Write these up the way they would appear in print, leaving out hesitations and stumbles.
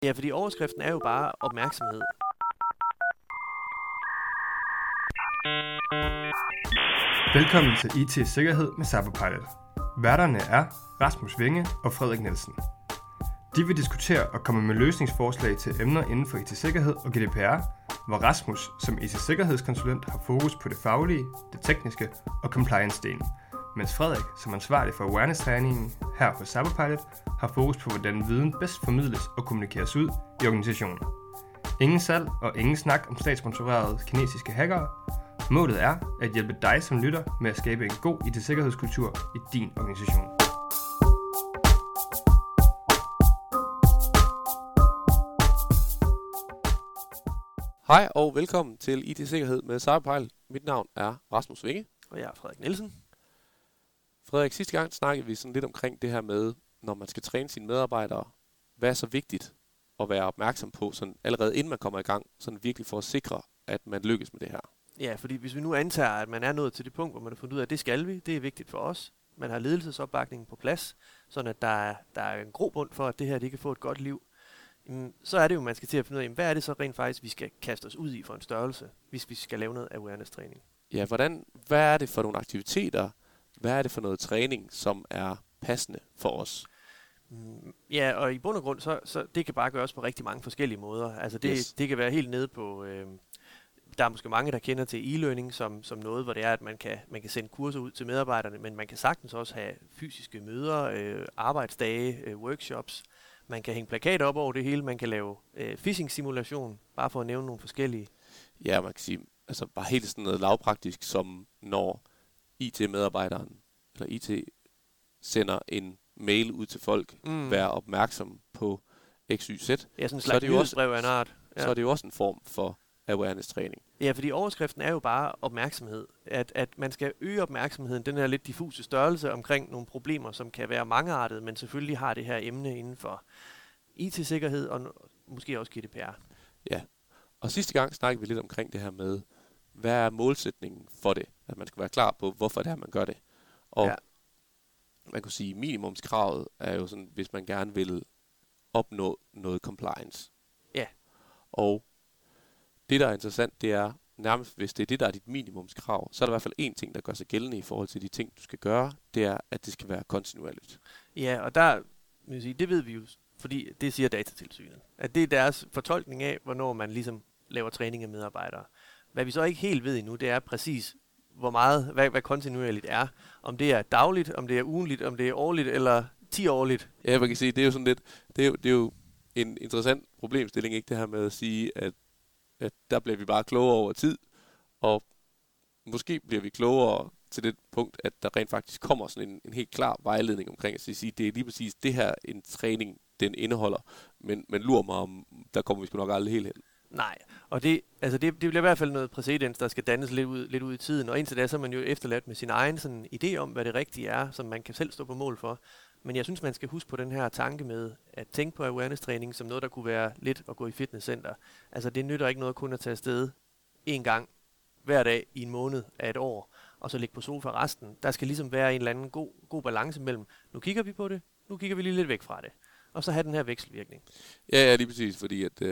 Ja, fordi overskriften er jo bare opmærksomhed. Velkommen til IT-sikkerhed med Cyberpilot. Værterne er Rasmus Winge og Frederik Nielsen. De vil diskutere og komme med løsningsforslag til emner inden for IT-sikkerhed og GDPR, hvor Rasmus som IT-sikkerhedskonsulent har fokus på det faglige, det tekniske og compliance-delen, mens Frederik som ansvarlig for awareness-træningen her på Cyberpilot har fokus på, hvordan viden bedst formidles og kommunikeres ud i organisationen. Ingen salg og ingen snak om statssponsorerede kinesiske hackere. Målet er at hjælpe dig som lytter med at skabe en god IT-sikkerhedskultur i din organisation. Hej og velkommen til IT-sikkerhed med Cyberpilot. Mit navn er Rasmus Winge. Og jeg er Frederik Nielsen. Frederik, sidste gang snakkede vi sådan lidt omkring det her med, når man skal træne sine medarbejdere, hvad er så vigtigt at være opmærksom på, sådan allerede inden man kommer i gang, sådan virkelig for at sikre, at man lykkes med det her. Ja, fordi hvis vi nu antager, at man er nået til det punkt, hvor man har fundet ud af, at det skal vi, det er vigtigt for os. Man har ledelsesopbakningen på plads, sådan at der er en grobund for, at det her det kan få et godt liv. Så er det jo, man skal til at finde ud af, hvad er det så rent faktisk, vi skal kaste os ud i for en størrelse, hvis vi skal lave noget awareness-træning. Ja, hvad er det for nogle aktiviteter, hvad er det for noget træning, som er passende for os? Ja, og i bund og grund, så det kan bare gøres på rigtig mange forskellige måder. Altså det kan være helt nede på, der er måske mange, der kender til e-learning som noget, hvor det er, at man kan sende kurser ud til medarbejderne, men man kan sagtens også have fysiske møder, arbejdsdage, workshops. Man kan hænge plakater op over det hele, man kan lave phishing-simulation, bare for at nævne nogle forskellige. Ja, man kan sige, altså bare helt sådan noget lavpraktisk, som når IT-medarbejderen, eller IT sender en mail ud til folk, være opmærksom på XYZ. Ja, sådan en slags nyhedsbrev af en art. Ja. Så er det jo også en form for awareness-træning. Ja, fordi overskriften er jo bare opmærksomhed. At man skal øge opmærksomheden, den her lidt diffuse størrelse omkring nogle problemer, som kan være mangeartede, men selvfølgelig har det her emne inden for IT-sikkerhed og måske også GDPR. Ja, og sidste gang snakkede vi lidt omkring det her med, hvad er målsætningen for det? At man skal være klar på, hvorfor det er, man gør det. Og man kunne sige, minimumskravet er jo sådan, hvis man gerne vil opnå noget compliance. Ja. Og det, der er interessant, det er nærmest, hvis det er det, der er dit minimumskrav, så er der i hvert fald én ting, der gør sig gældende i forhold til de ting, du skal gøre, det er, at det skal være kontinuerligt. Ja, og der, vil jeg sige, det ved vi jo, fordi det siger Datatilsynet. At det er deres fortolkning af, hvornår man ligesom laver træning af medarbejdere. Hvad vi så ikke helt ved endnu, det er præcis, hvor meget, hvad kontinuerligt er. Om det er dagligt, om det er ugenligt, om det er årligt eller 10-årligt. Ja, man kan sige, det er jo sådan lidt, det er jo en interessant problemstilling, ikke det her med at sige, at der bliver vi bare klogere over tid, og måske bliver vi klogere til det punkt, at der rent faktisk kommer sådan en helt klar vejledning omkring at sige, det er lige præcis det her, en træning, den indeholder, men lurer mig om, der kommer vi sgu nok aldrig helt hen. Nej, og det bliver i hvert fald noget præcedens, der skal dannes lidt ud i tiden, og indtil da så er man jo efterladt med sin egen sådan idé om, hvad det rigtige er, som man kan selv stå på mål for. Men jeg synes, man skal huske på den her tanke med at tænke på awareness-træning som noget, der kunne være lidt at gå i fitnesscenter. Altså det nytter ikke noget kun at tage afsted en gang hver dag i en måned af et år, og så ligge på sofa resten. Der skal ligesom være en eller anden god balance mellem, nu kigger vi på det, nu kigger vi lige lidt væk fra det, og så have den her vekselvirkning. Ja, lige præcis, fordi at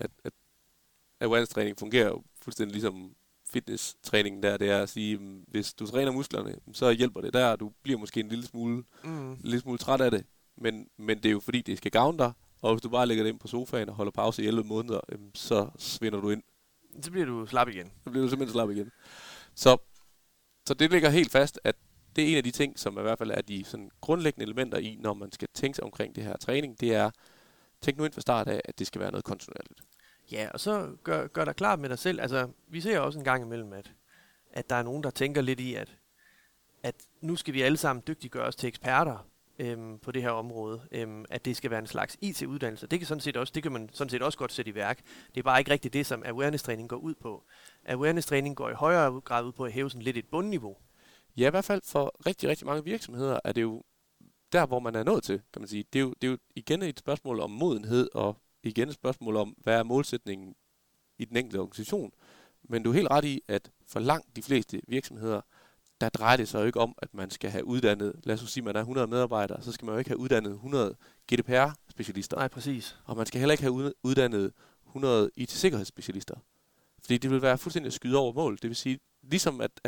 awareness-træning fungerer jo fuldstændig ligesom fitness-træningen der, det er at sige, hvis du træner musklerne, så hjælper det der, du bliver måske en lille smule træt af det, men det er jo fordi, det skal gavne dig, og hvis du bare lægger det ind på sofaen og holder pause i 11 måneder, så svinder du ind. Så bliver du slap igen. Så bliver du simpelthen slap igen. Så det ligger helt fast, at det er en af de ting, som i hvert fald er de sådan grundlæggende elementer i, når man skal tænke sig omkring det her træning, det er, tænk nu ind fra start af, at det skal være noget kontinuerligt. Ja, og så gør dig klart med dig selv. Altså, vi ser også en gang imellem, at der er nogen, der tænker lidt i, at nu skal vi alle sammen dygtiggøre os til eksperter på det her område. At det skal være en slags IT-uddannelse. Det kan man sådan set også godt sætte i værk. Det er bare ikke rigtigt det, som awareness-træning går ud på. Awareness-træning går i højere grad ud på at hæve sådan lidt et bundniveau. Ja, i hvert fald for rigtig, rigtig mange virksomheder er det jo der, hvor man er nået til, kan man sige. Det er jo igen et spørgsmål om modenhed, og igen et spørgsmål om, hvad er målsætningen i den enkelte organisation. Men du er helt ret i, at for langt de fleste virksomheder, der drejer det sig jo ikke om, at man skal have uddannet, lad os sige, man er 100 medarbejdere, så skal man jo ikke have uddannet 100 GDPR-specialister. Nej, præcis. Og man skal heller ikke have uddannet 100 IT-sikkerhedsspecialister. Fordi det vil være fuldstændig at skyde over mål. Det vil sige, ligesom at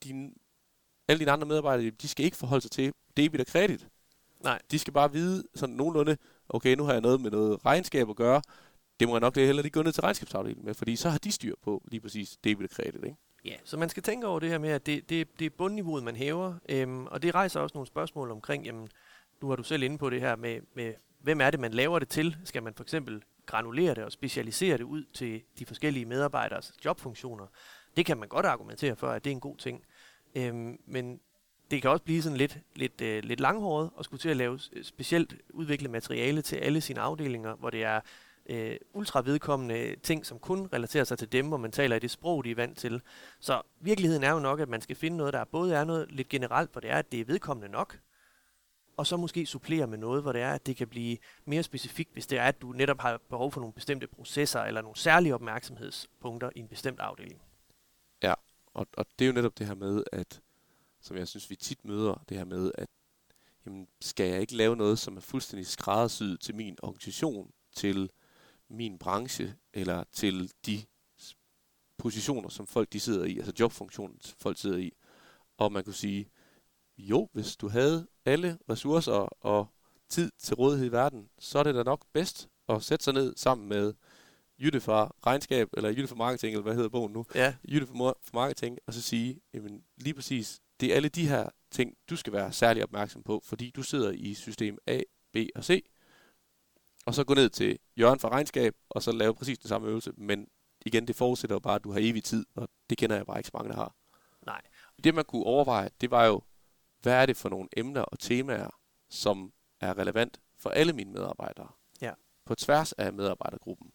alle dine andre medarbejdere, de skal ikke forholde sig til debit og kredit. Nej. De skal bare vide sådan nogenlunde, okay, nu har jeg noget med noget regnskab at gøre. Det må jeg nok heller lige gå ned til regnskabsafdelingen med, fordi så har de styr på lige præcis debit og kredit, ikke? Ja, så man skal tænke over det her med, at det er bundniveauet, man hæver, og det rejser også nogle spørgsmål omkring, jamen, nu har du selv inde på det her med hvem er det, man laver det til? Skal man for eksempel granulere det og specialisere det ud til de forskellige medarbejderes jobfunktioner? Det kan man godt argumentere for, at det er en god ting, men det kan også blive sådan lidt langhåret at skulle til at lave specielt udvikle materiale til alle sine afdelinger, hvor det er ultra vedkommende ting, som kun relaterer sig til dem, hvor man taler i det sprog, de er vant til. Så virkeligheden er jo nok, at man skal finde noget, der både er noget lidt generelt, hvor det er, at det er vedkommende nok, og så måske supplere med noget, hvor det er, at det kan blive mere specifikt, hvis det er, at du netop har behov for nogle bestemte processer, eller nogle særlige opmærksomhedspunkter i en bestemt afdeling. Ja, og det er jo netop det her med, at, som jeg synes, vi tit møder, det her med, at jamen, skal jeg ikke lave noget, som er fuldstændig skræddersyet til min organisation, til min branche, eller til de positioner, som folk de sidder i, altså jobfunktionen, folk sidder i. Og man kunne sige, jo, hvis du havde alle ressourcer og tid til rådighed i verden, så er det da nok bedst at sætte sig ned sammen med Jytte fra Regnskab, eller Jytte fra Marketing, eller hvad hedder bogen nu? Ja. Jytte fra Marketing, og så sige, jamen lige præcis, det er alle de her ting, du skal være særlig opmærksom på, fordi du sidder i system A, B og C, og så gå ned til Jørgen fra Regnskab, og så lave præcis den samme øvelse, men igen, det forudsætter jo bare, at du har evig tid, og det kender jeg bare ikke så mange, der har. Nej. Det man kunne overveje, det var jo, hvad er det for nogle emner og temaer, som er relevant for alle mine medarbejdere, på tværs af medarbejdergruppen.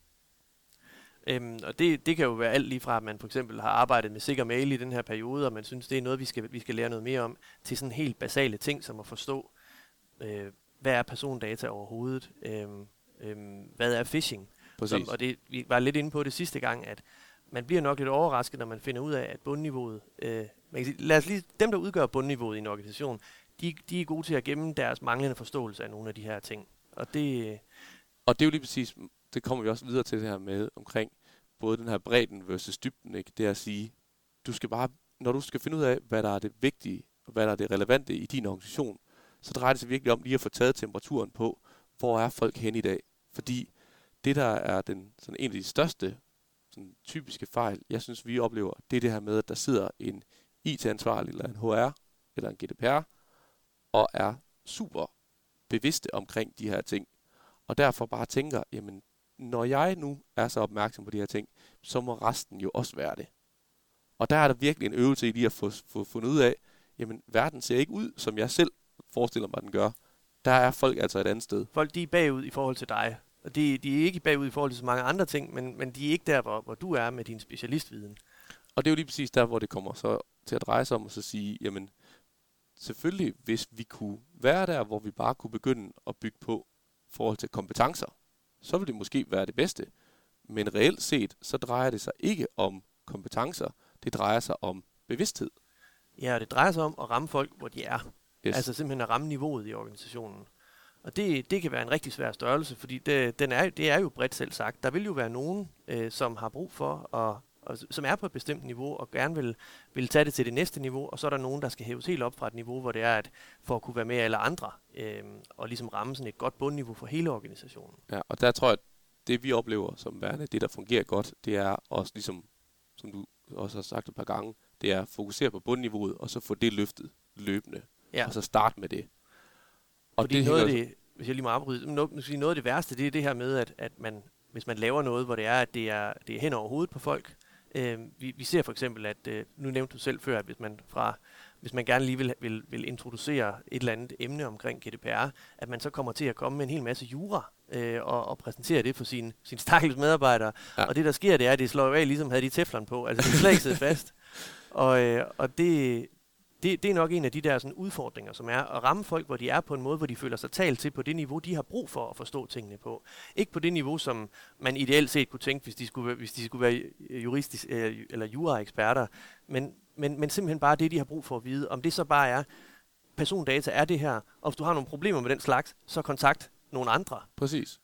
Og det kan jo være alt lige fra, at man for eksempel har arbejdet med sikker mail i den her periode, og man synes, det er noget, vi skal lære noget mere om, til sådan helt basale ting, som at forstå, hvad er persondata overhovedet, hvad er phishing. Og vi var lidt inde på det sidste gang, at man bliver nok lidt overrasket, når man finder ud af, at bundniveauet, man kan sige, dem, der udgør bundniveauet i en organisation, de er gode til at gemme deres manglende forståelse af nogle af de her ting. Og det er jo lige præcis, det kommer vi også videre til det her med, omkring både den her bredden versus dybden, ikke? Det er at sige, du skal bare, når du skal finde ud af, hvad der er det vigtige, og hvad der er det relevante i din organisation, så drejer det sig virkelig om lige at få taget temperaturen på, hvor er folk hen i dag. Fordi det, der er sådan en af de største sådan typiske fejl, jeg synes, vi oplever, det er det her med, at der sidder en IT-ansvarlig, eller en HR, eller en GDPR, og er super bevidste omkring de her ting. Og derfor bare tænker, jamen, når jeg nu er så opmærksom på de her ting, så må resten jo også være det. Og der er der virkelig en øvelse i lige at få fundet ud af, jamen, verden ser ikke ud, som jeg selv forestiller mig, den gør. Der er folk altså et andet sted. Folk, de er bagud i forhold til dig. Og de er ikke bagud i forhold til så mange andre ting, men de er ikke der, hvor du er med din specialistviden. Og det er jo lige præcis der, hvor det kommer så til at dreje sig om at så sige, jamen, selvfølgelig, hvis vi kunne være der, hvor vi bare kunne begynde at bygge på forhold til kompetencer, så ville det måske være det bedste. Men reelt set, så drejer det sig ikke om kompetencer, det drejer sig om bevidsthed. Ja, og det drejer sig om at ramme folk, hvor de er. Yes. Altså simpelthen at ramme niveauet i organisationen. Og det kan være en rigtig svær størrelse, fordi det er jo bredt selv sagt. Der vil jo være nogen, som har brug for, og som er på et bestemt niveau, og gerne vil tage det til det næste niveau, og så er der nogen, der skal hæves helt op fra et niveau, hvor det er, at for at kunne være med alle andre, og ligesom ramme sådan et godt bundniveau for hele organisationen. Ja, og der tror jeg, at det vi oplever som værende, det der fungerer godt, det er også ligesom, som du også har sagt et par gange, det er at fokusere på bundniveauet, og så få det løftet løbende, og så starte med det. Og fordi noget af det, hvis jeg lige må afbryde, noget af det værste, det er det her med, at man, hvis man laver noget, hvor det er, at det er hen over hovedet på folk. Vi ser for eksempel, at nu nævnte du selv før, at hvis man gerne lige vil introducere et eller andet emne omkring GDPR, at man så kommer til at komme med en hel masse jura og præsentere det for sine stakkels medarbejdere. Ja. Og det der sker, det er, at det slår af, ligesom havde de teflon på. Altså det er slet ikke siddet fast. Og det det er nok en af de der sådan udfordringer, som er at ramme folk, hvor de er på en måde, hvor de føler sig talt til på det niveau, de har brug for at forstå tingene på. Ikke på det niveau, som man ideelt set kunne tænke, hvis de skulle være juristisk eller jura-eksperter, men simpelthen bare det, de har brug for at vide. Om det så bare er, persondata er det her, og hvis du har nogle problemer med den slags, så kontakt nogle andre. Præcis.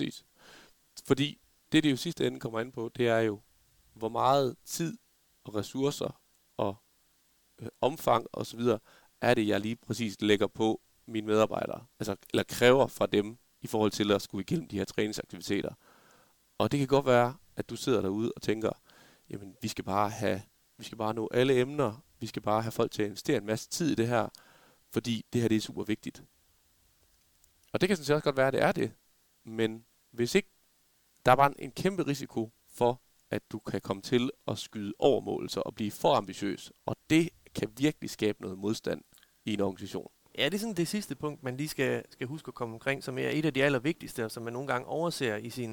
Fordi det jo sidste ende kommer ind på, det er jo, hvor meget tid og ressourcer og omfang og så videre, er det, jeg lige præcis lægger på mine medarbejdere, altså, eller kræver fra dem, i forhold til at skulle igennem de her træningsaktiviteter. Og det kan godt være, at du sidder derude og tænker, jamen, vi skal bare nå alle emner, vi skal bare have folk til at investere en masse tid i det her, fordi det her, det er super vigtigt. Og det kan sådan set også godt være, at det er det, men hvis ikke, der er bare en kæmpe risiko for, at du kan komme til at skyde over målelser og blive for ambitiøs, og det kan virkelig skabe noget modstand i en organisation. Ja, det er sådan det sidste punkt, man lige skal huske at komme omkring, som er et af de allervigtigste, og som man nogle gange overser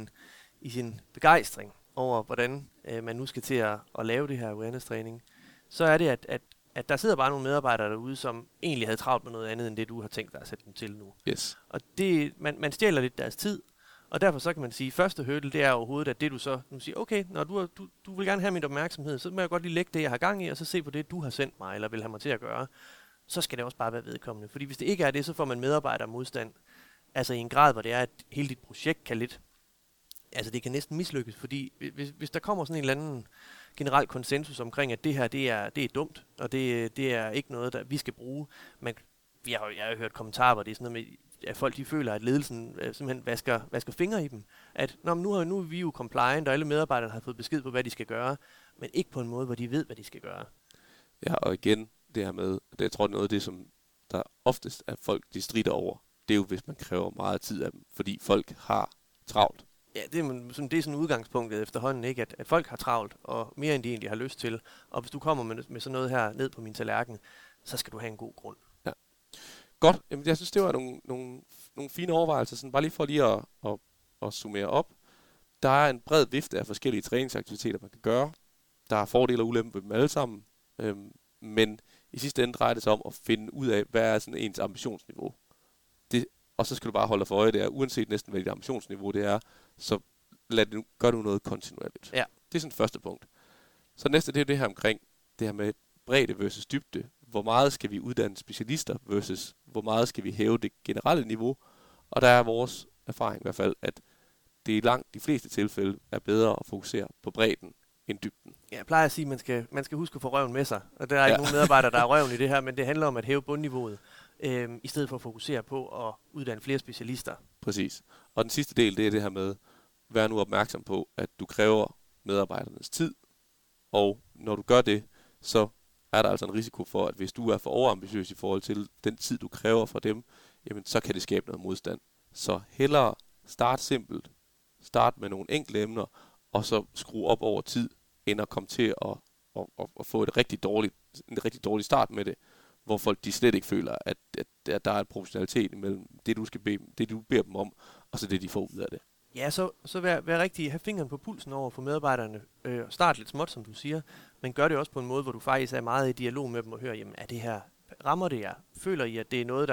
i sin begejstring over, hvordan man nu skal til at lave det her awareness-træning. Så er det, at der sidder bare nogle medarbejdere derude, som egentlig havde travlt med noget andet, end det du har tænkt dig at sætte dem til nu. Yes. Og det, man stjæler lidt deres tid, og derfor så kan man sige, at første hurdle, det er overhovedet, at det du så siger, okay, når du vil gerne have min opmærksomhed, så må jeg godt lige lægge det, jeg har gang i, og så se på det, du har sendt mig, eller vil have mig til at gøre. Så skal det også bare være vedkommende. Fordi hvis det ikke er det, så får man medarbejdermodstand. Altså i en grad, hvor det er, at hele dit projekt kan lidt, altså det kan næsten mislykkes, fordi hvis der kommer sådan en eller anden generel konsensus omkring, at det her, det er dumt, og det er ikke noget, der vi skal bruge. Men jeg har hørt kommentarer, hvor det er sådan noget med, at folk de føler, at ledelsen simpelthen vasker fingre i dem. At nu er vi jo compliant, og alle medarbejderne har fået besked på, hvad de skal gøre, men ikke på en måde, hvor de ved, hvad de skal gøre. Ja, og igen, det her med, det jeg tror noget af det, som der oftest er folk, de strider over, det er jo, hvis man kræver meget tid af dem, fordi folk har travlt. Ja, det er sådan udgangspunktet efterhånden, ikke? At folk har travlt, og mere end de egentlig har lyst til. Og hvis du kommer med sådan noget her ned på min tallerken, så skal du have en god grund. Ja. Godt. Jamen, jeg synes, det var nogle fine overvejelser, sådan bare lige for at summere op. Der er en bred vifte af forskellige træningsaktiviteter, man kan gøre. Der er fordele og ulemper ved dem alle sammen. Men i sidste ende drejer det sig om at finde ud af, hvad er sådan ens ambitionsniveau. Og så skal du bare holde dig for øje, det er, uanset næsten hvad dit ambitionsniveau det er, så gør du noget kontinuerligt. Ja. Det er sådan det første punkt. Så næste, det er det her omkring, det her med bredde versus dybde. Hvor meget skal vi uddanne specialister versus hvor meget skal vi hæve det generelle niveau. Og der er vores erfaring i hvert fald, at det i langt de fleste tilfælde er bedre at fokusere på bredden end dybden. Ja, jeg plejer at sige, at man skal huske at få røven med sig. Og der er ikke nogen medarbejdere, der er røven i det her, men det handler om at hæve bundniveauet, i stedet for at fokusere på at uddanne flere specialister. Præcis. Og den sidste del, det er det her med, vær nu opmærksom på, at du kræver medarbejdernes tid, og når du gør det, så er der altså en risiko for, at hvis du er for overambitiøs i forhold til den tid, du kræver fra dem, jamen så kan det skabe noget modstand. Så hellere start simpelt, start med nogle enkle emner, og så skrue op over tid, end at komme til at få en rigtig dårlig start med det, hvor folk de slet ikke føler, at der er en proportionalitet imellem det, du beder dem om, og så det, de får ud af det. Ja, så vær rigtig, have fingeren på pulsen over for medarbejderne. Start lidt småt, som du siger, men gør det også på en måde, hvor du faktisk er meget i dialog med dem og hører, jamen er det her, rammer det jer? Føler I, at det er noget,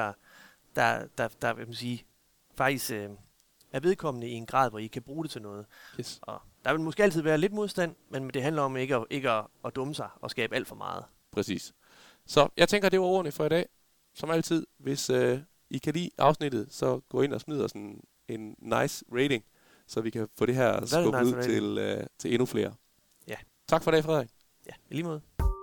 der vil man sige, faktisk er vedkommende i en grad, hvor I kan bruge det til noget? Yes. Og der vil måske altid være lidt modstand, men det handler om ikke at dumme sig og skabe alt for meget. Præcis. Så jeg tænker, det var ordene for i dag. Som altid, hvis I kan lide afsnittet, så gå ind og smid os en nice rating, så vi kan få det her skubbet ud til endnu flere. Ja. Tak for i dag, Frederik. Ja, i lige måde.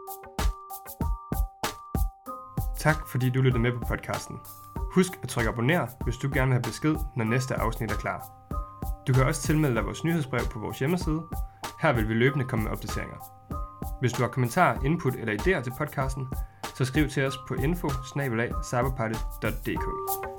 Tak fordi du lyttede med på podcasten. Husk at trykke abonner, hvis du gerne vil have besked, når næste afsnit er klar. Du kan også tilmelde dig vores nyhedsbrev på vores hjemmeside. Her vil vi løbende komme med opdateringer. Hvis du har kommentarer, input eller idéer til podcasten, så skriv til os på info@cyberpilot.dk.